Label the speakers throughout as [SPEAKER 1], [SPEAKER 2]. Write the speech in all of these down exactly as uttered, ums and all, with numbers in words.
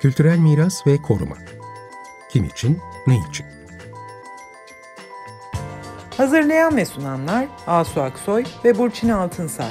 [SPEAKER 1] Kültürel miras ve koruma. Kim için, ne için?
[SPEAKER 2] Hazırlayan ve sunanlar Asu Aksoy ve Burçin Altınsay.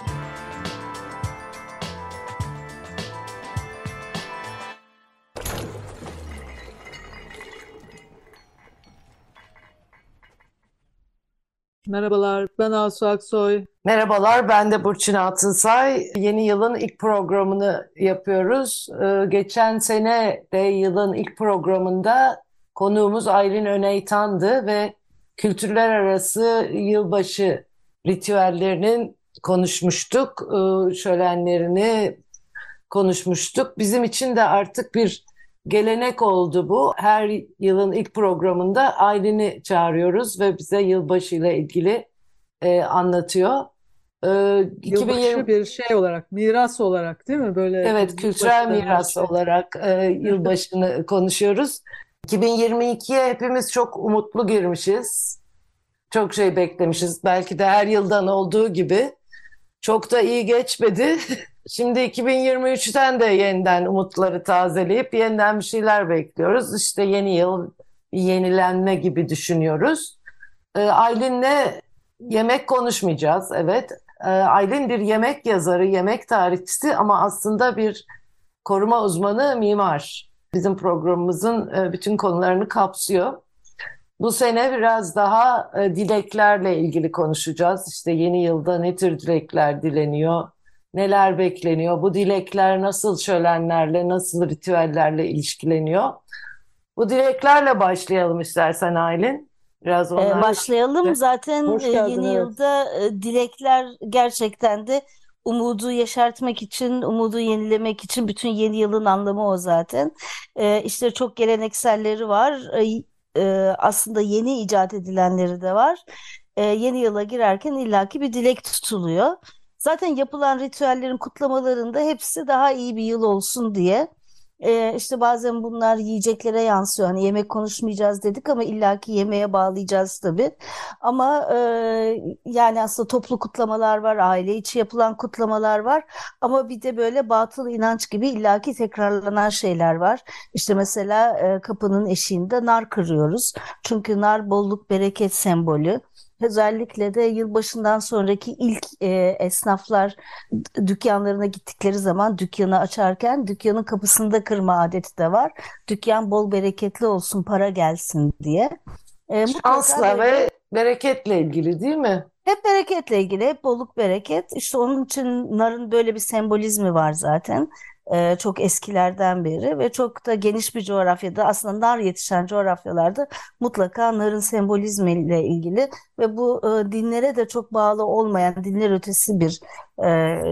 [SPEAKER 3] Merhabalar, ben Asu Aksoy.
[SPEAKER 4] Merhabalar, ben de Burçin Altınsay. Yeni yılın ilk programını yapıyoruz. Ee, geçen sene de yılın ilk programında konuğumuz Aylin Öneytan'dı ve kültürler arası yılbaşı ritüellerinin konuşmuştuk. Ee, şölenlerini konuşmuştuk. Bizim için de artık bir gelenek oldu bu. Her yılın ilk programında Aylin'i çağırıyoruz ve bize yılbaşı ile ilgili e, anlatıyor. Ee,
[SPEAKER 3] Yılbaşı
[SPEAKER 4] iki bin yirmi
[SPEAKER 3] bir şey olarak, miras olarak değil mi? Böyle
[SPEAKER 4] evet, kültürel
[SPEAKER 3] yılbaşı da her
[SPEAKER 4] miras
[SPEAKER 3] şey.
[SPEAKER 4] olarak e, yılbaşını konuşuyoruz. iki bin yirmi ikiye hepimiz çok umutlu girmişiz. Çok şey beklemişiz. Belki de her yıldan olduğu gibi. Çok da iyi geçmedi. Şimdi iki bin yirmi üçten de yeniden umutları tazeleyip yeniden bir şeyler bekliyoruz. İşte yeni yıl bir yenilenme gibi düşünüyoruz. Ee, Aylin'le yemek konuşmayacağız, evet. Ee, Aylin bir yemek yazarı, yemek tarihçisi ama aslında bir koruma uzmanı, mimar. Bizim programımızın e, bütün konularını kapsıyor. Bu sene biraz daha e, dileklerle ilgili konuşacağız. İşte yeni yılda ne tür dilekler dileniyor, neler bekleniyor, bu dilekler nasıl şölenlerle, nasıl ritüellerle ilişkileniyor. Bu dileklerle başlayalım istersen Aylin. Biraz
[SPEAKER 5] Ee,
[SPEAKER 4] onlar.
[SPEAKER 5] başlayalım. Zaten
[SPEAKER 3] Hoş
[SPEAKER 5] e,
[SPEAKER 3] geldin,
[SPEAKER 5] yeni
[SPEAKER 3] evet.
[SPEAKER 5] yılda e, dilekler gerçekten de umudu yeşertmek için, umudu yenilemek için bütün yeni yılın anlamı o zaten. Ee, işte çok gelenekselleri var. Ee, e, aslında yeni icat edilenleri de var. Ee, yeni yıla girerken illaki bir dilek tutuluyor. Zaten yapılan ritüellerin kutlamalarında hepsi daha iyi bir yıl olsun diye. Ee, işte bazen bunlar yiyeceklere yansıyor. Hani yemek konuşmayacağız dedik ama illaki yemeğe bağlayacağız tabii. Ama e, yani aslında toplu kutlamalar var, aile içi yapılan kutlamalar var. Ama bir de böyle batıl inanç gibi illaki tekrarlanan şeyler var. İşte mesela e, kapının eşiğinde nar kırıyoruz. Çünkü nar bolluk bereket sembolü. Özellikle de yılbaşından sonraki ilk e, esnaflar dükkanlarına gittikleri zaman dükkanı açarken dükkanın kapısında kırma adeti de var. Dükkan bol bereketli olsun, para gelsin diye. E, mutlaka
[SPEAKER 4] Şansla
[SPEAKER 5] böyle
[SPEAKER 4] ve bereketle ilgili değil mi?
[SPEAKER 5] hep bereketle ilgili, hep bolluk bereket. İşte onun için narın böyle bir sembolizmi var zaten. Ee, çok eskilerden beri ve çok da geniş bir coğrafyada aslında nar yetişen coğrafyalarda mutlaka narın sembolizmiyle ilgili ve bu e, dinlere de çok bağlı olmayan dinler ötesi bir e,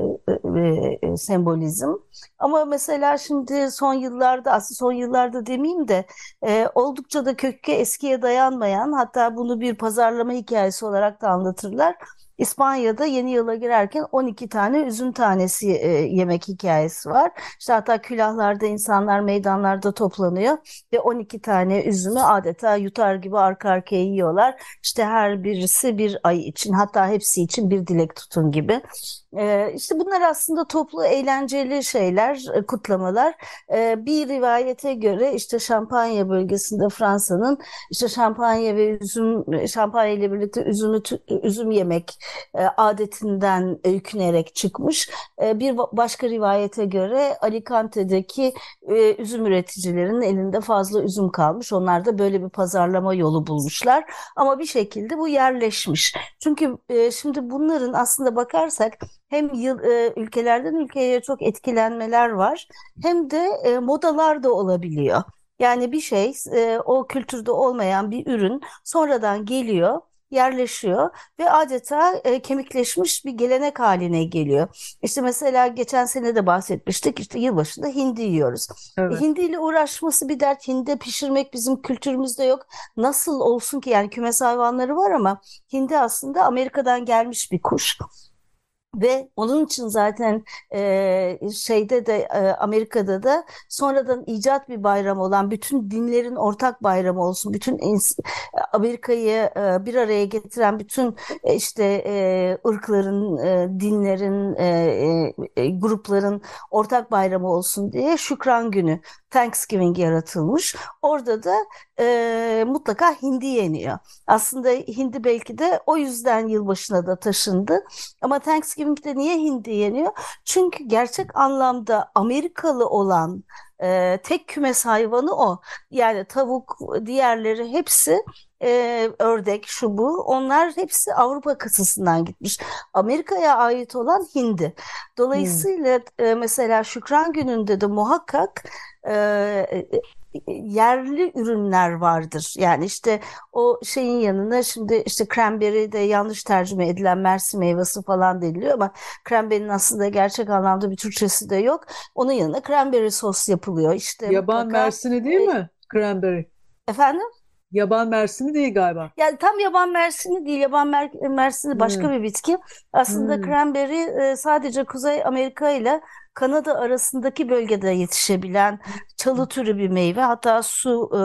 [SPEAKER 5] e, e, sembolizm. Ama mesela şimdi son yıllarda aslında son yıllarda demeyeyim de e, oldukça da kökü eskiye dayanmayan hatta bunu bir pazarlama hikayesi olarak da anlatırlar. İspanya'da yeni yıla girerken on iki tane üzüm tanesi e, yemek hikayesi var. İşte hatta külahlarda insanlar meydanlarda toplanıyor ve on iki tane üzümü adeta yutar gibi arka arkaya yiyorlar. İşte her birisi bir ay için hatta hepsi için bir dilek tutun gibi. E, işte bunlar aslında toplu eğlenceli şeyler, e, kutlamalar. E, bir rivayete göre işte Şampanya bölgesinde Fransa'nın işte şampanya ve üzüm şampanya ile birlikte üzümü üzüm yemek e, adetinden öykünerek çıkmış. E, bir başka rivayete göre Alicante'deki e, üzüm üreticilerinin elinde fazla üzüm kalmış. Onlar da böyle bir pazarlama yolu bulmuşlar. Ama bir şekilde bu yerleşmiş. Çünkü e, şimdi bunların aslında bakarsak hem yıl, e, ülkelerden ülkeye çok etkilenmeler var. Hem de e, modalar da olabiliyor. Yani bir şey e, o kültürde olmayan bir ürün sonradan geliyor, yerleşiyor ve adeta e, kemikleşmiş bir gelenek haline geliyor. İşte mesela geçen sene de bahsetmiştik. İşte yılbaşında hindi yiyoruz. E,
[SPEAKER 3] Evet.
[SPEAKER 5] hindiyle uğraşması bir dert. Hindi pişirmek bizim kültürümüzde yok. Nasıl olsun ki yani kümes hayvanları var ama hindi aslında Amerika'dan gelmiş bir kuş. Ve onun için zaten e, şeyde de e, Amerika'da da sonradan icat bir bayram olan bütün dinlerin ortak bayramı olsun. Bütün ins- Amerika'yı e, bir araya getiren bütün e, işte e, ırkların, e, dinlerin, e, e, e, grupların ortak bayramı olsun diye Şükran Günü Thanksgiving yaratılmış. Orada da e, mutlaka hindi yeniyor. Aslında hindi belki de o yüzden yılbaşına da taşındı. Ama Thanksgiving'de niye hindi yeniyor? Çünkü gerçek anlamda Amerikalı olan e, tek kümes hayvanı o. Yani tavuk, diğerleri hepsi e, ördek, şu bu. Onlar hepsi Avrupa kıtasından gitmiş. Amerika'ya ait olan hindi. Dolayısıyla e, mesela Şükran Günü'nde de muhakkak e, yerli ürünler vardır. Yani işte o şeyin yanına şimdi işte cranberry de yanlış tercüme edilen Mersin meyvesi falan deniliyor ama cranberry'nin aslında gerçek anlamda bir Türkçesi de yok. Onun yanına cranberry sos yapılıyor. İşte
[SPEAKER 3] Yaban
[SPEAKER 5] mutlaka
[SPEAKER 3] mersini değil
[SPEAKER 5] e,
[SPEAKER 3] mi? Cranberry.
[SPEAKER 5] efendim?
[SPEAKER 3] Yaban mersini değil galiba.
[SPEAKER 5] Yani tam yaban mersini değil, yaban mer mersini başka
[SPEAKER 3] Hmm.
[SPEAKER 5] bir bitki. Aslında
[SPEAKER 3] Hmm.
[SPEAKER 5] cranberry e, sadece Kuzey Amerika ile Kanada arasındaki bölgede yetişebilen çalı türü bir meyve. Hatta su e,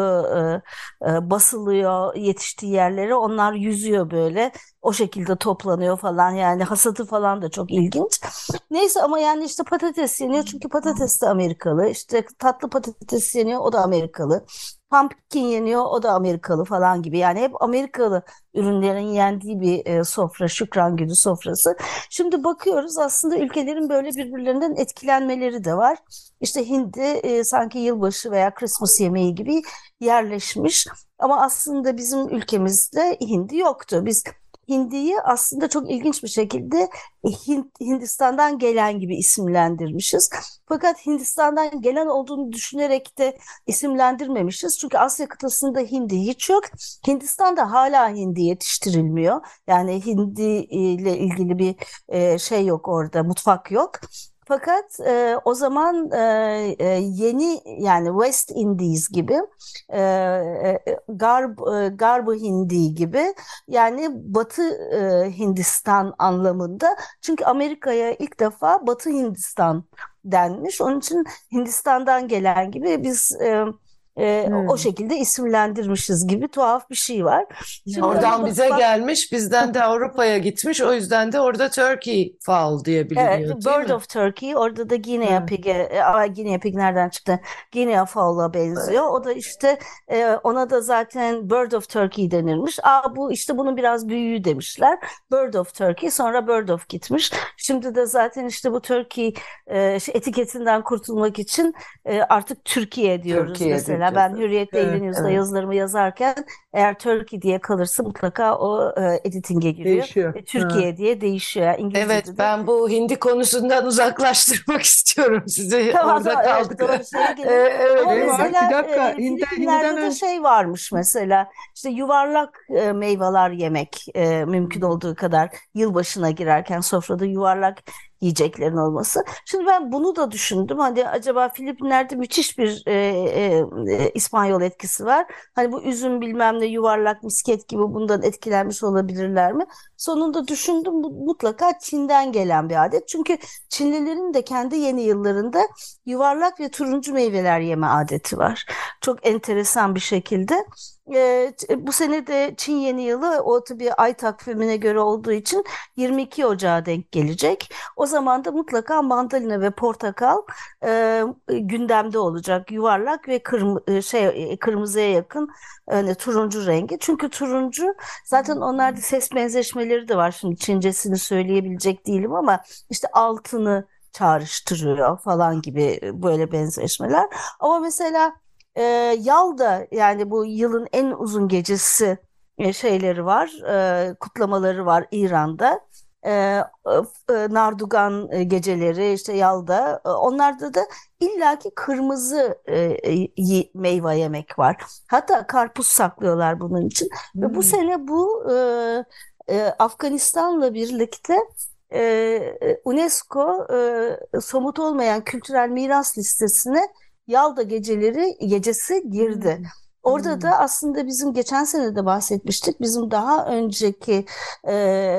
[SPEAKER 5] e, e, basılıyor yetiştiği yerlere. Onlar yüzüyor böyle. O şekilde toplanıyor falan. Yani hasadı falan da çok ilginç. Neyse ama yani işte patates yeniyor çünkü patates de Amerikalı. İşte tatlı patates yeniyor, o da Amerikalı. Pumpkin yeniyor, o da Amerikalı falan gibi. Yani hep Amerikalı ürünlerin yendiği bir e, sofra, Şükran Günü sofrası. Şimdi bakıyoruz aslında ülkelerin böyle birbirlerinden etkilenmeleri de var. İşte hindi e, sanki yılbaşı veya Christmas yemeği gibi yerleşmiş. Ama aslında bizim ülkemizde hindi yoktu. Biz hindiyi aslında çok ilginç bir şekilde Hint, Hindistan'dan gelen gibi isimlendirmişiz. Fakat Hindistan'dan gelen olduğunu düşünerek de isimlendirmemişiz. Çünkü Asya kıtasında hindi hiç yok. Hindistan'da hala hindi yetiştirilmiyor. Yani hindi ile ilgili bir e, şey yok orada, mutfak yok. Fakat e, o zaman e, e, yeni yani West Indies gibi e, e, Garb, e, Garb Hindi gibi yani Batı e, Hindistan anlamında. Çünkü Amerika'ya ilk defa Batı Hindistan denmiş. Onun için Hindistan'dan gelen gibi biz e, e, o
[SPEAKER 3] Hmm.
[SPEAKER 5] şekilde isimlendirmişiz gibi tuhaf bir şey var. Şimdi ona
[SPEAKER 4] Oradan
[SPEAKER 5] da
[SPEAKER 4] bize
[SPEAKER 5] bak.
[SPEAKER 4] gelmiş, bizden de Avrupa'ya gitmiş. O yüzden de orada Turkey fowl diye
[SPEAKER 5] Evet,
[SPEAKER 4] biliniyor, değil
[SPEAKER 5] Bird
[SPEAKER 4] mi?
[SPEAKER 5] of Turkey. Orada da Guinea
[SPEAKER 3] Evet.
[SPEAKER 5] pig'e, e, aa, Guinea pig nereden çıktı? Guinea fowl'a benziyor. O da işte e, ona da zaten Bird of Turkey denirmiş. Aa bu işte bunun biraz büyüğü demişler. Bird of Turkey sonra Bird of gitmiş. Şimdi de zaten işte bu Turkey e, şey, etiketinden kurtulmak için e, artık Türkiye diyoruz
[SPEAKER 4] Türkiye
[SPEAKER 5] mesela. Ben
[SPEAKER 4] diyeceğiz.
[SPEAKER 5] Hürriyet'te
[SPEAKER 3] Evet.
[SPEAKER 5] Eylül News'da
[SPEAKER 4] Evet.
[SPEAKER 5] yazılarımı yazarken eğer Turkey diye kalırsa mutlaka o e, editing'e giriyor.
[SPEAKER 3] Değişiyor.
[SPEAKER 5] Ve
[SPEAKER 3] Ha.
[SPEAKER 5] Türkiye diye değişiyor. Yani
[SPEAKER 4] Evet,
[SPEAKER 5] İngilizce'de de
[SPEAKER 4] ben bu hindi konusundan uzaklaştırmak istiyorum sizi.
[SPEAKER 5] tamam
[SPEAKER 4] Orada
[SPEAKER 5] tamam evet
[SPEAKER 4] kaldık.
[SPEAKER 5] doğru şeye
[SPEAKER 4] Ee,
[SPEAKER 5] gelelim.
[SPEAKER 4] evet,
[SPEAKER 5] Ama
[SPEAKER 3] Şey var.
[SPEAKER 4] evet.
[SPEAKER 3] Bir
[SPEAKER 5] mesela
[SPEAKER 3] dakika.
[SPEAKER 5] e,
[SPEAKER 3] Hindi, hindiden
[SPEAKER 5] Filipinler'de de
[SPEAKER 3] önce.
[SPEAKER 5] şey varmış mesela işte yuvarlak e, meyveler yemek e, mümkün
[SPEAKER 3] Hmm.
[SPEAKER 5] olduğu kadar yılbaşına girerken sofrada yuvarlak yiyeceklerin olması. Şimdi ben bunu da düşündüm. Hani acaba Filipinler'de müthiş bir e, e, e, İspanyol etkisi var. Hani bu üzüm bilmem ne yuvarlak misket gibi bundan etkilenmiş olabilirler mi? Sonunda düşündüm bu mutlaka Çin'den gelen bir adet. Çünkü Çinlilerin de kendi yeni yıllarında yuvarlak ve turuncu meyveler yeme adeti var. Çok enteresan bir şekilde. Ee, bu sene de Çin yeni yılı o tabii ay takvimine göre olduğu için yirmi iki Ocağı denk gelecek. O zaman da mutlaka mandalina ve portakal e, gündemde olacak. Yuvarlak ve kırm şey kırmızıya yakın hani turuncu rengi. Çünkü turuncu zaten onlarda ses benzeşmeleri de var. Şimdi Çincesini söyleyebilecek değilim ama işte altını çağrıştırıyor falan gibi böyle benzeşmeler. Ama mesela e, Yalda yani bu yılın en uzun gecesi e, şeyleri var, e, kutlamaları var İran'da. E, e, e, Nardugan e, geceleri işte Yalda. E, onlarda da illaki kırmızı e, e, yi- meyve yemek var. Hatta karpuz saklıyorlar bunun için. Ve bu
[SPEAKER 3] Hmm.
[SPEAKER 5] sene bu e, e, Afganistan'la birlikte e, e, UNESCO e, somut olmayan kültürel miras listesine Yalda geceleri gecesi girdi.
[SPEAKER 3] Hmm.
[SPEAKER 5] Orada
[SPEAKER 3] Hmm.
[SPEAKER 5] da aslında bizim geçen sene de bahsetmiştik. Bizim daha önceki e,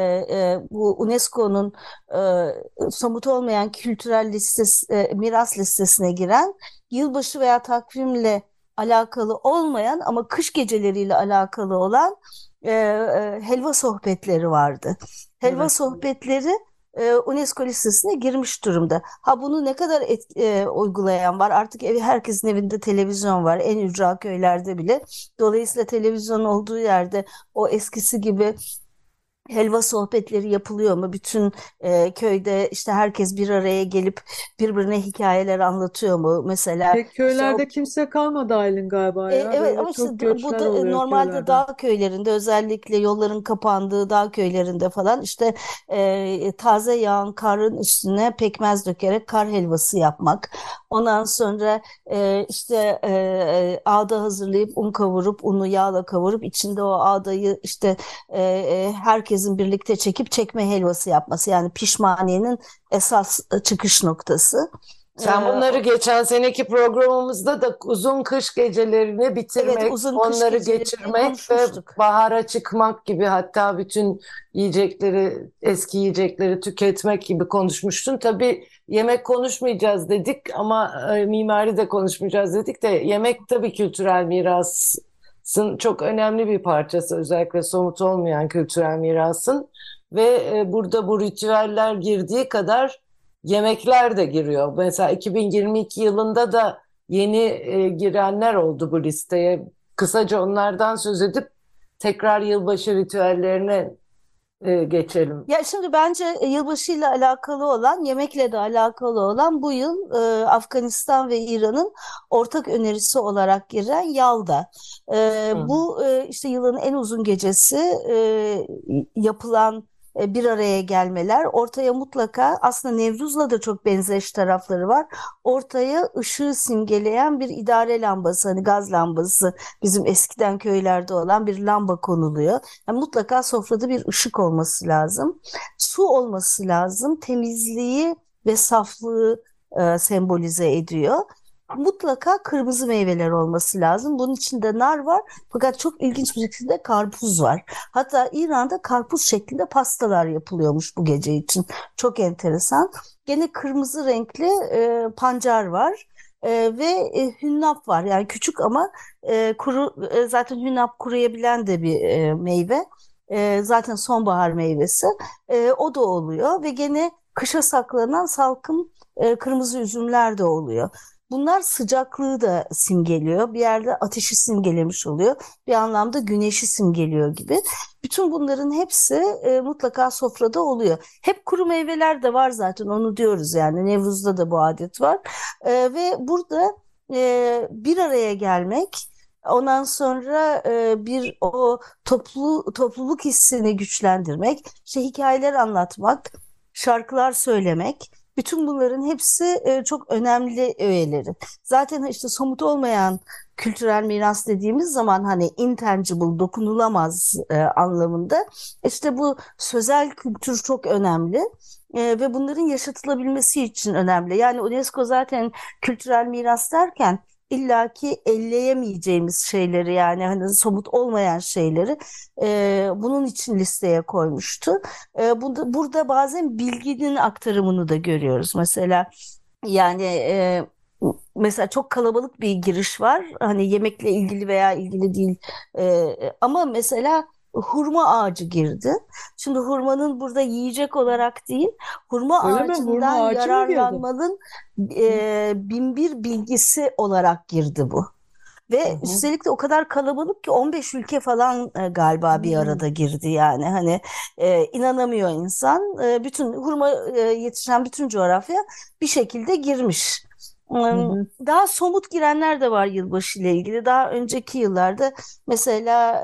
[SPEAKER 5] e, bu UNESCO'nun e, somut olmayan kültürel listesi, e, miras listesine giren yılbaşı veya takvimle alakalı olmayan ama kış geceleriyle alakalı olan e, e, helva sohbetleri vardı. Helva
[SPEAKER 3] Evet.
[SPEAKER 5] sohbetleri e, UNESCO listesine girmiş durumda. Ha bunu ne kadar et- e, uygulayan var? Artık evi, herkesin evinde televizyon var. En ücra köylerde bile. Dolayısıyla televizyon olduğu yerde o eskisi gibi helva sohbetleri yapılıyor mu? Bütün e, köyde işte herkes bir araya gelip birbirine hikayeler anlatıyor mu? Mesela
[SPEAKER 3] Pek
[SPEAKER 5] işte o
[SPEAKER 3] köylerde kimse kalmadı Aylin galiba
[SPEAKER 5] e,
[SPEAKER 3] ya.
[SPEAKER 5] evet
[SPEAKER 3] Böyle
[SPEAKER 5] ama işte
[SPEAKER 3] çok
[SPEAKER 5] d- bu
[SPEAKER 3] göçler
[SPEAKER 5] da e,
[SPEAKER 3] oluyor
[SPEAKER 5] normalde
[SPEAKER 3] köylerden.
[SPEAKER 5] dağ köylerinde, özellikle yolların kapandığı dağ köylerinde falan işte e, taze yağan karın üstüne pekmez dökerek kar helvası yapmak. Ondan sonra e, işte e, e, ağda hazırlayıp un kavurup unu yağla kavurup içinde o ağdayı işte e, e, herkesin birlikte çekip çekme helvası yapması. Yani pişmaniyenin esas e, çıkış noktası.
[SPEAKER 4] Sen
[SPEAKER 5] E,
[SPEAKER 4] bunları geçen seneki programımızda da uzun kış gecelerini
[SPEAKER 5] evet,
[SPEAKER 4] bitirmek,
[SPEAKER 5] uzun kış
[SPEAKER 4] onları
[SPEAKER 5] gecelerini
[SPEAKER 4] geçirmek ve
[SPEAKER 5] konuşmuştuk.
[SPEAKER 4] bahara çıkmak gibi, hatta bütün yiyecekleri, eski yiyecekleri tüketmek gibi konuşmuştun. Tabii yemek konuşmayacağız dedik ama e, mimari de konuşmayacağız dedik de yemek tabii kültürel mirasın çok önemli bir parçası, özellikle somut olmayan kültürel mirasın ve e, burada bu ritüeller girdiği kadar yemekler de giriyor. Mesela iki bin yirmi iki yılında da yeni e, girenler oldu bu listeye. Kısaca onlardan söz edip tekrar yılbaşı ritüellerine e, geçelim.
[SPEAKER 5] Ya şimdi bence e, yılbaşıyla alakalı olan, yemekle de alakalı olan bu yıl e, Afganistan ve İran'ın ortak önerisi olarak giren Yalda. E,
[SPEAKER 4] Hı.
[SPEAKER 5] bu e, işte yılın en uzun gecesi e, yapılan e, bir araya gelmeler ortaya mutlaka, aslında Nevruz'la da çok benzeş tarafları var. Ortaya ışığı simgeleyen bir idare lambası, hani gaz lambası, bizim eskiden köylerde olan bir lamba konuluyor. Yani mutlaka sofrada bir ışık olması lazım. Su olması lazım. Temizliği ve saflığı e, sembolize ediyor. Mutlaka kırmızı meyveler olması lazım. Bunun içinde nar var. Fakat çok ilginç bir şekilde karpuz var. Hatta İran'da karpuz şeklinde pastalar yapılıyormuş bu gece için. Çok enteresan. Gene kırmızı renkli e, pancar var. E, ve e, hünnap var. Yani küçük ama e, kuru, e, zaten hünnap kuruyabilen de bir e, meyve. E, zaten sonbahar meyvesi. E, o da oluyor ve gene kışa saklanan salkım e, kırmızı üzümler de oluyor. Bunlar sıcaklığı da simgeliyor. Bir yerde ateşi simgelemiş oluyor. Bir anlamda güneşi simgeliyor gibi. Bütün bunların hepsi e, mutlaka sofrada oluyor. Hep kuru meyveler de var zaten, onu diyoruz yani. Nevruz'da da bu adet var. E, ve burada e, bir araya gelmek, ondan sonra e, bir o toplu topluluk hissini güçlendirmek, işte hikayeler anlatmak, şarkılar söylemek, bütün bunların hepsi e, çok önemli öğeleri. Zaten işte somut olmayan kültürel miras dediğimiz zaman, hani intangible, dokunulamaz e, anlamında, işte bu sözel kültür çok önemli. E, ve bunların yaşatılabilmesi için önemli. Yani UNESCO zaten kültürel miras derken illaki elleyemeyeceğimiz şeyleri, yani hani somut olmayan şeyleri e, bunun için listeye koymuştu. E, burada, burada bazen bilginin aktarımını da görüyoruz. Mesela yani e, mesela çok kalabalık bir giriş var. Hani yemekle ilgili veya ilgili değil. E, ama mesela hurma ağacı girdi. Şimdi hurmanın burada yiyecek olarak değil, hurma
[SPEAKER 3] Öyle mi?
[SPEAKER 5] ağacından
[SPEAKER 3] Hurma ağacı mı girdi?
[SPEAKER 5] yararlanmanın e, binbir bilgisi olarak girdi bu.
[SPEAKER 4] Hı
[SPEAKER 5] Ve
[SPEAKER 4] hı.
[SPEAKER 5] üstelik de o kadar kalabalık ki on beş ülke falan e, galiba bir
[SPEAKER 3] Hmm.
[SPEAKER 5] arada girdi yani. Hani e, inanamıyor insan. E, bütün hurma e, yetişen bütün coğrafya bir şekilde girmiş.
[SPEAKER 3] Hı
[SPEAKER 5] Hmm,
[SPEAKER 3] hı.
[SPEAKER 5] Daha somut girenler de var yılbaşı ile ilgili. Daha önceki yıllarda mesela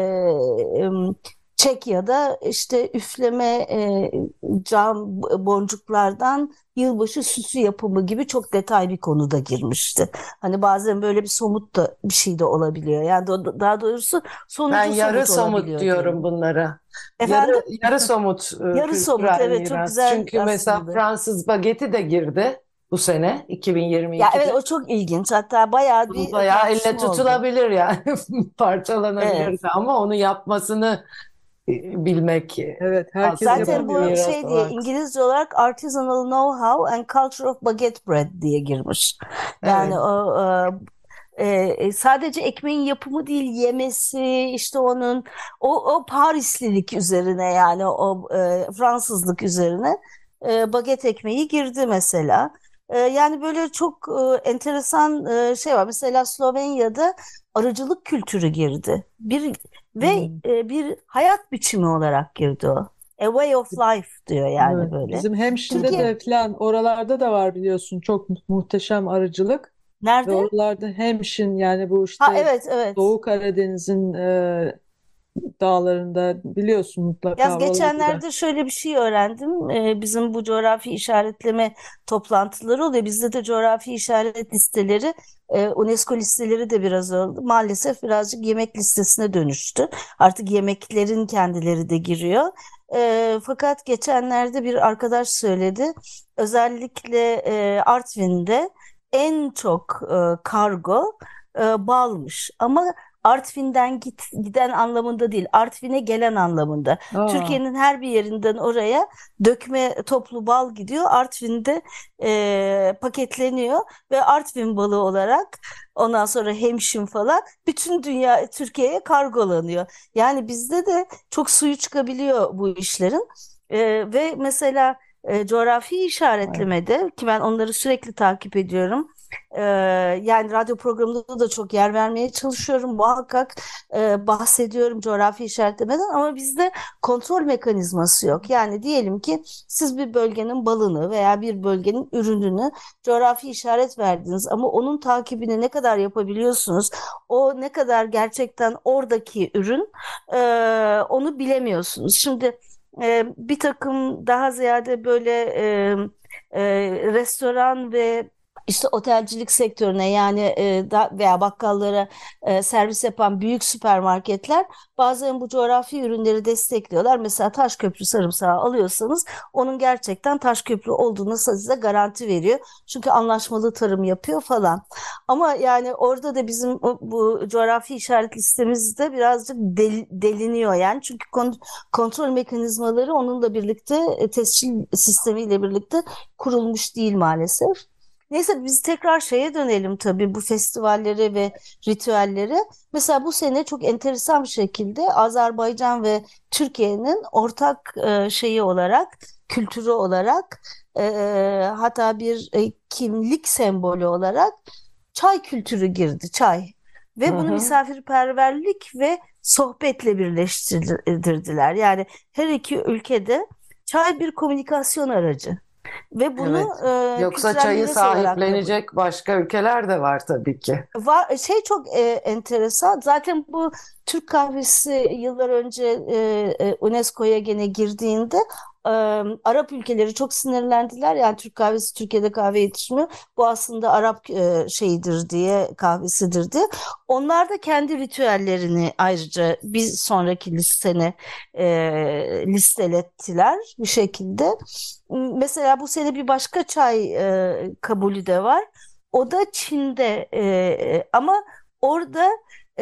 [SPEAKER 5] e, em, Çekya'da işte üfleme e, cam boncuklardan yılbaşı süsü yapımı gibi çok detay bir konuda girmişti. Hani bazen böyle bir somut da bir şey de olabiliyor. Yani do- daha doğrusu
[SPEAKER 4] Ben
[SPEAKER 5] sonucu
[SPEAKER 4] yarı
[SPEAKER 5] somut
[SPEAKER 4] somut
[SPEAKER 5] olabiliyor
[SPEAKER 4] diyorum
[SPEAKER 5] diyelim.
[SPEAKER 4] bunlara.
[SPEAKER 5] Efendim?
[SPEAKER 4] Yarı yarı somut e,
[SPEAKER 5] Yarı somut,
[SPEAKER 4] kültürel
[SPEAKER 5] evet, çok
[SPEAKER 4] miras.
[SPEAKER 5] güzel
[SPEAKER 4] Çünkü mesela
[SPEAKER 5] aslında.
[SPEAKER 4] Fransız bageti de girdi bu sene
[SPEAKER 5] Ya evet,
[SPEAKER 4] iki bin yirmi ikide.
[SPEAKER 5] o çok ilginç. Hatta bayağı
[SPEAKER 4] Bu
[SPEAKER 5] bir
[SPEAKER 4] bayağı elle
[SPEAKER 5] tartışma oldu.
[SPEAKER 4] tutulabilir yani, parçalanabilir
[SPEAKER 5] Evet.
[SPEAKER 4] de, ama onu yapmasını e, bilmek
[SPEAKER 3] Evet, herkes
[SPEAKER 4] aslında
[SPEAKER 5] Zaten bu
[SPEAKER 3] yapamıyor.
[SPEAKER 4] miras
[SPEAKER 5] şey diye,
[SPEAKER 4] olarak.
[SPEAKER 5] İngilizce olarak artisanal know-how and culture of baguette bread diye girmiş.
[SPEAKER 4] Evet.
[SPEAKER 5] Yani o e, e, sadece ekmeğin yapımı değil, yemesi, işte onun o, o Parislilik üzerine, yani o e, Fransızlık üzerine e, baget ekmeği girdi mesela. E, yani böyle çok e, enteresan e, şey var. Mesela Slovenya'da arıcılık kültürü girdi. Bir ve
[SPEAKER 3] Hmm.
[SPEAKER 5] e, bir hayat biçimi olarak girdi o. A way of life diyor yani
[SPEAKER 3] Evet.
[SPEAKER 5] böyle.
[SPEAKER 3] Bizim Hemşin'de
[SPEAKER 5] Türkiye
[SPEAKER 3] de falan oralarda da var biliyorsun çok mu- muhteşem arıcılık ve
[SPEAKER 5] nerede?
[SPEAKER 3] oralarda Hemşin yani bu
[SPEAKER 5] Ha,
[SPEAKER 3] işte
[SPEAKER 5] evet, evet.
[SPEAKER 3] Doğu Karadeniz'in e, dağlarında biliyorsun mutlaka
[SPEAKER 5] Yaz
[SPEAKER 3] oralarda da.
[SPEAKER 5] geçenlerde şöyle bir şey öğrendim. Ee, bizim bu coğrafi işaretleme toplantıları oluyor. Bizde de coğrafi işaret listeleri, e, UNESCO listeleri de biraz oldu. Maalesef birazcık yemek listesine dönüştü. Artık yemeklerin kendileri de giriyor. Ee, fakat geçenlerde bir arkadaş söyledi. Özellikle e, Artvin'de en çok e, kargo e, balmış. Ama Artvin'den git, giden anlamında değil, Artvin'e gelen anlamında.
[SPEAKER 3] Aa,
[SPEAKER 5] Türkiye'nin her bir yerinden oraya dökme toplu bal gidiyor. Artvin'de e, paketleniyor ve Artvin balığı olarak ondan sonra hemşin falan bütün dünya Türkiye'ye kargolanıyor. Yani bizde de çok suyu çıkabiliyor bu işlerin. E, ve mesela e, coğrafi
[SPEAKER 3] evet.
[SPEAKER 5] işaretlemede ki ben onları sürekli takip ediyorum. Ee, Yani radyo programında da çok yer vermeye çalışıyorum. Muhakkak e, bahsediyorum coğrafi işaretlemeden ama bizde kontrol mekanizması yok. Yani diyelim ki siz bir bölgenin balını veya bir bölgenin ürününü coğrafi işaret verdiniz ama onun takibini ne kadar yapabiliyorsunuz? O ne kadar gerçekten oradaki ürün e, onu bilemiyorsunuz. Şimdi e, bir takım daha ziyade böyle e, e, restoran ve işte otelcilik sektörüne yani e, da, veya bakkallara e, servis yapan büyük süpermarketler bazen bu coğrafi ürünleri destekliyorlar. Mesela Taşköprü sarımsağı alıyorsanız onun gerçekten Taşköprü olduğunu size garanti veriyor. Çünkü anlaşmalı tarım yapıyor falan. Ama yani orada da bizim o- bu coğrafi işaret listemizde birazcık del- deliniyor yani. Çünkü kon- kontrol mekanizmaları onunla birlikte e, tescil sistemiyle birlikte kurulmuş değil maalesef. Neyse biz tekrar şeye dönelim tabii bu festivallere ve ritüellere. Mesela bu sene çok enteresan bir şekilde Azerbaycan ve Türkiye'nin ortak e, şeyi olarak, kültürü olarak e, hatta bir e, kimlik sembolü olarak çay kültürü girdi, çay.
[SPEAKER 3] Hı
[SPEAKER 5] Ve bunu
[SPEAKER 3] hı.
[SPEAKER 5] misafirperverlik ve sohbetle birleştirdiler. Yani her iki ülkede çay bir komünikasyon aracı. Ve bunu
[SPEAKER 4] Evet.
[SPEAKER 5] e,
[SPEAKER 4] Yoksa
[SPEAKER 5] kültürel
[SPEAKER 4] çayı
[SPEAKER 5] miras olarak kabul.
[SPEAKER 4] sahiplenecek başka ülkeler de var tabii ki.
[SPEAKER 5] Va- şey çok e, enteresan. Zaten bu Türk kahvesi yıllar önce e, e, UNESCO'ya gene girdiğinde e, Arap ülkeleri çok sinirlendiler. Yani Türk kahvesi Türkiye'de kahve yetişmiyor. Bu aslında Arap e, şeyidir diye kahvesidir diye. Onlar da kendi ritüellerini ayrıca bir sonraki listene e, listelettiler bir şekilde. Mesela bu sene bir başka çay e, kabulü de var. O da Çin'de e, e, ama orada e,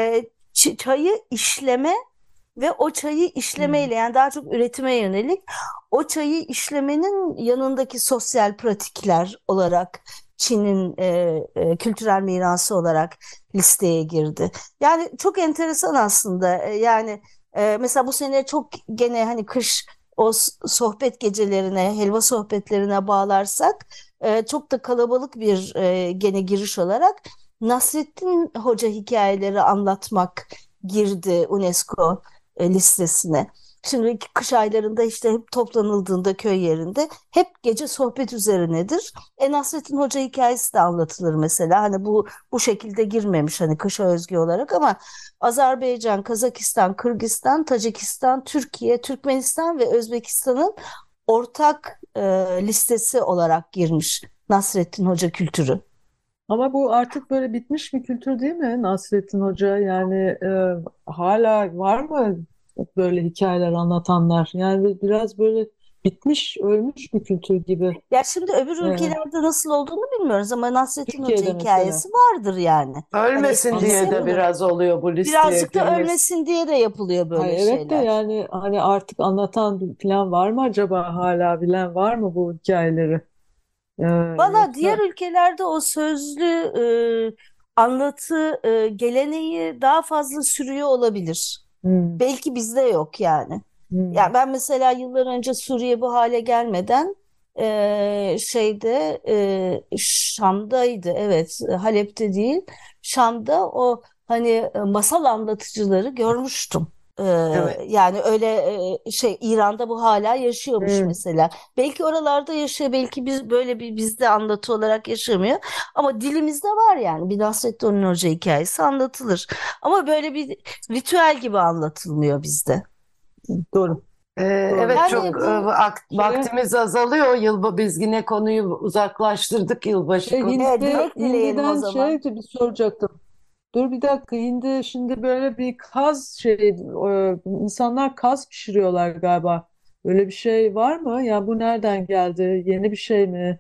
[SPEAKER 5] ç- çayı işleme ve o çayı
[SPEAKER 3] Hı.
[SPEAKER 5] işlemeyle yani daha çok üretime yönelik o çayı işlemenin yanındaki sosyal pratikler olarak Çin'in e, e, kültürel mirası olarak listeye girdi. Yani çok enteresan aslında. E, yani e, mesela bu sene çok gene hani kış o s- sohbet gecelerine, helva sohbetlerine bağlarsak e, çok da kalabalık bir e, gene giriş olarak Nasrettin Hoca hikayeleri anlatmak girdi UNESCO e, listesine. Şimdi kış aylarında işte hep toplanıldığında köy yerinde hep gece sohbet üzerinedir. E Nasrettin Hoca hikayesi de anlatılır mesela. Hani bu bu şekilde girmemiş hani kışa özgü olarak ama Azerbaycan, Kazakistan, Kırgızistan, Tacikistan, Türkiye, Türkmenistan ve Özbekistan'ın ortak e, listesi olarak girmiş Nasrettin Hoca kültürü.
[SPEAKER 3] Ama bu artık böyle bitmiş bir kültür değil mi Nasrettin Hoca? Yani e, hala var mı böyle hikayeler anlatanlar? Yani biraz böyle bitmiş, ölmüş bir kültür gibi.
[SPEAKER 5] Ya şimdi öbür
[SPEAKER 3] E,
[SPEAKER 5] ülkelerde nasıl olduğunu bilmiyoruz ama Nasrettin Hoca
[SPEAKER 3] Türkiye'de mesela.
[SPEAKER 5] hikayesi vardır yani. Hani
[SPEAKER 4] Ölmesin
[SPEAKER 5] esprisi
[SPEAKER 3] Ama
[SPEAKER 4] diye de
[SPEAKER 5] yapılır.
[SPEAKER 4] biraz oluyor bu listeye
[SPEAKER 5] Birazcık da
[SPEAKER 4] girmesi.
[SPEAKER 5] ölmesin diye de yapılıyor böyle
[SPEAKER 3] hayır, evet de
[SPEAKER 5] şeyler.
[SPEAKER 3] yani hani artık anlatan bir plan var mı acaba? Hala bilen var mı bu hikayeleri? E,
[SPEAKER 5] Valla diğer
[SPEAKER 3] yoksa
[SPEAKER 5] ülkelerde o sözlü e, anlatı e, geleneği daha fazla sürüyor olabilir.
[SPEAKER 3] hmm,
[SPEAKER 5] Belki bizde yok yani.
[SPEAKER 3] Hmm.
[SPEAKER 5] Yani ben mesela yıllar önce Suriye bu hale gelmeden e, şeyde e, Şam'daydı, evet, Halep'te değil, Şam'da o hani e, masal anlatıcıları görmüştüm. E,
[SPEAKER 4] Evet.
[SPEAKER 5] Yani öyle e, şey İran'da bu hala yaşıyormuş
[SPEAKER 3] Hmm.
[SPEAKER 5] mesela. Belki oralarda yaşıyor, belki biz böyle bir bizde anlatı olarak yaşamıyor. Ama dilimizde var yani. Bir Nasrettin Hoca hikayesi anlatılır. Ama böyle bir ritüel gibi anlatılmıyor bizde.
[SPEAKER 3] Doğru.
[SPEAKER 4] Ee,
[SPEAKER 3] Doğru.
[SPEAKER 4] evet,
[SPEAKER 5] Yani
[SPEAKER 4] çok e,
[SPEAKER 5] bu
[SPEAKER 4] ak-
[SPEAKER 3] Şeye,
[SPEAKER 4] vaktimiz azalıyor. Yılba biz yine konuyu uzaklaştırdık yılbaşı
[SPEAKER 3] şey
[SPEAKER 4] konusu.
[SPEAKER 5] evet,
[SPEAKER 3] Hindi,
[SPEAKER 5] dilek dileyelim o
[SPEAKER 3] Hindi'den
[SPEAKER 5] zaman.
[SPEAKER 3] şey bir soracaktım. Dur bir dakika, Hindi şimdi böyle bir kaz şey e, insanlar kaz pişiriyorlar galiba. Öyle bir şey var mı? Ya bu nereden geldi? Yeni bir şey mi?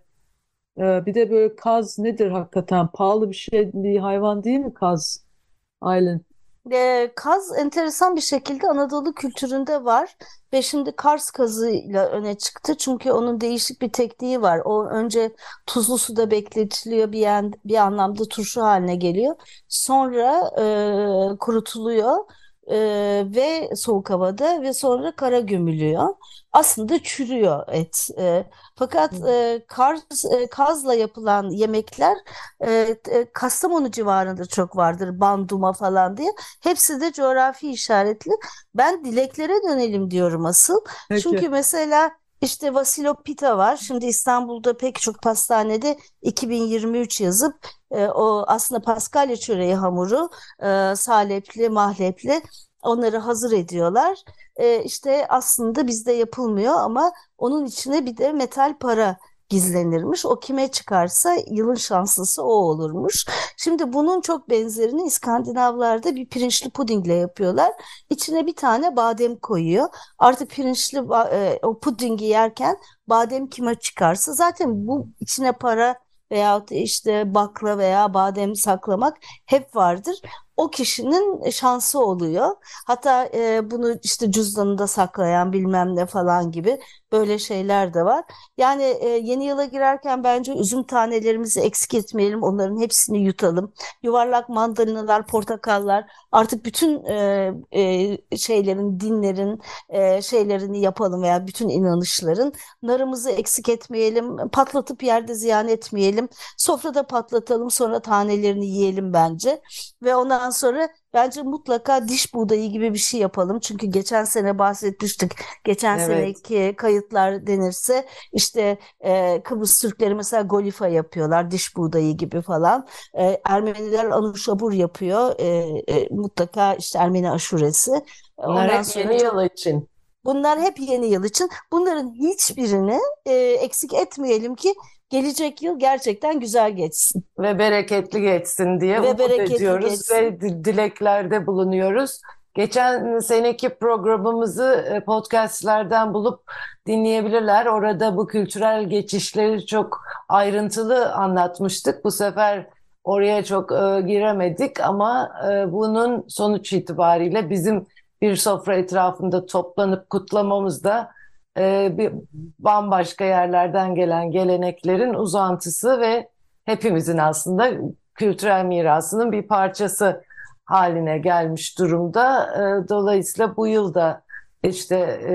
[SPEAKER 3] E, bir de böyle kaz nedir hakikaten? Pahalı bir şey, bir hayvan değil mi kaz? Aylin.
[SPEAKER 5] Ee, kaz enteresan bir şekilde Anadolu kültüründe var ve şimdi Kars kazıyla öne çıktı çünkü onun değişik bir tekniği var. O önce tuzlu suda bekletiliyor, bir, yan, bir anlamda turşu haline geliyor. Sonra e, kurutuluyor e, ve soğuk havada ve sonra kara gömülüyor. Aslında çürüyor et. E, fakat e, Kars, e, kazla yapılan yemekler e, e, Kastamonu civarında çok vardır. Banduma falan diye. Hepsi de coğrafi işaretli. Ben dileklere dönelim diyorum asıl.
[SPEAKER 3] Peki.
[SPEAKER 5] Çünkü mesela işte Vasilopita var. Şimdi İstanbul'da pek çok pastanede iki bin yirmi üç yazıp e, o aslında Paskalya çöreği hamuru e, salepli, mahlepli onları hazır ediyorlar. E, işte aslında bizde yapılmıyor ama onun içine bir de metal para gizlenirmiş. O kime çıkarsa yılın şanslısı o olurmuş. Şimdi bunun çok benzerini İskandinavlarda bir pirinçli pudingle yapıyorlar. İçine bir tane badem koyuyor. Artık pirinçli ba- e, o pudingi yerken badem kime çıkarsa zaten bu içine para veyahut da işte bakla veya badem saklamak hep vardır. O kişinin şansı oluyor. Hatta e, bunu işte cüzdanında saklayan bilmem ne falan gibi böyle şeyler de var. Yani e, yeni yıla girerken bence üzüm tanelerimizi eksik etmeyelim, onların hepsini yutalım. Yuvarlak mandalinalar, portakallar, artık bütün e, e, şeylerin, dinlerin e, şeylerini yapalım veya bütün inanışların. Narımızı eksik etmeyelim, patlatıp yerde ziyan etmeyelim. Sofrada patlatalım, sonra tanelerini yiyelim bence. Ve ondan sonra bence mutlaka diş buğdayı gibi bir şey yapalım. Çünkü geçen sene bahsetmiştik. Geçen
[SPEAKER 4] Evet.
[SPEAKER 5] seneki kayıtlar denirse işte e, Kıbrıs Türkleri mesela golifa yapıyorlar, diş buğdayı gibi falan. E, Ermeniler anuşabur yapıyor. E, e, mutlaka işte Ermeni aşuresi. E,
[SPEAKER 4] Bunlar
[SPEAKER 5] Ondan
[SPEAKER 4] hep
[SPEAKER 5] sonra
[SPEAKER 4] yeni
[SPEAKER 5] çok
[SPEAKER 4] yıl için.
[SPEAKER 5] bunlar hep yeni yıl için. Bunların hiçbirini e, eksik etmeyelim ki gelecek yıl gerçekten güzel geçsin
[SPEAKER 4] Ve bereketli geçsin diye
[SPEAKER 5] ve
[SPEAKER 4] umut
[SPEAKER 5] bereketli
[SPEAKER 4] ediyoruz
[SPEAKER 5] geçsin.
[SPEAKER 4] ve di- dileklerde bulunuyoruz. Geçen seneki programımızı e, podcastlerden bulup dinleyebilirler. Orada bu kültürel geçişleri çok ayrıntılı anlatmıştık. Bu sefer oraya çok e, giremedik ama e, bunun sonuç itibariyle bizim bir sofra etrafında toplanıp kutlamamız da e, bir bambaşka yerlerden gelen geleneklerin uzantısı ve hepimizin aslında kültürel mirasının bir parçası haline gelmiş durumda. E, Dolayısıyla bu yılda işte e,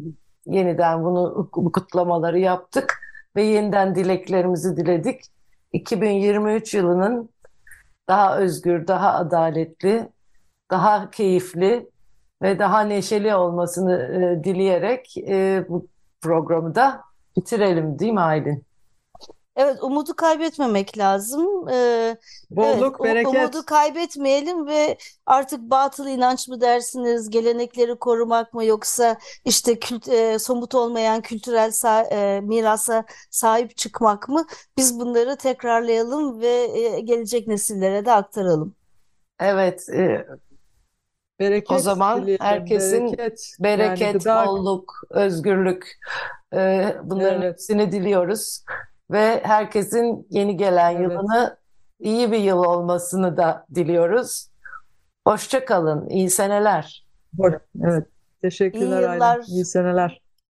[SPEAKER 4] yeniden bunu bu kutlamaları yaptık ve yeniden dileklerimizi diledik. iki bin yirmi üç yılının daha özgür, daha adaletli, daha keyifli ve daha neşeli olmasını e, dileyerek e, bu programı da bitirelim, değil mi Aylin?
[SPEAKER 5] Evet, umudu kaybetmemek lazım. Ee, evet,
[SPEAKER 3] Bolluk,
[SPEAKER 5] u- umudu
[SPEAKER 3] bereket.
[SPEAKER 5] kaybetmeyelim ve artık batıl inanç mı dersiniz, gelenekleri korumak mı yoksa işte kült e, somut olmayan kültürel sa- e, mirasa sahip çıkmak mı? Biz bunları tekrarlayalım ve e, gelecek nesillere de aktaralım.
[SPEAKER 4] Evet, e, o
[SPEAKER 3] Bereket
[SPEAKER 4] zaman
[SPEAKER 3] dileyelim.
[SPEAKER 4] herkesin
[SPEAKER 3] Bereket. Yani
[SPEAKER 4] bereket,
[SPEAKER 3] gıda.
[SPEAKER 4] bolluk, özgürlük, e, bunların
[SPEAKER 3] Evet.
[SPEAKER 4] hepsini diliyoruz. Ve herkesin yeni gelen
[SPEAKER 3] Evet.
[SPEAKER 4] yılını iyi bir yıl olmasını da diliyoruz. Hoşça kalın, iyi seneler.
[SPEAKER 3] Hoş- Evet.
[SPEAKER 5] İyi
[SPEAKER 3] Teşekkürler Aylin.
[SPEAKER 5] yıllar.
[SPEAKER 3] İyi seneler.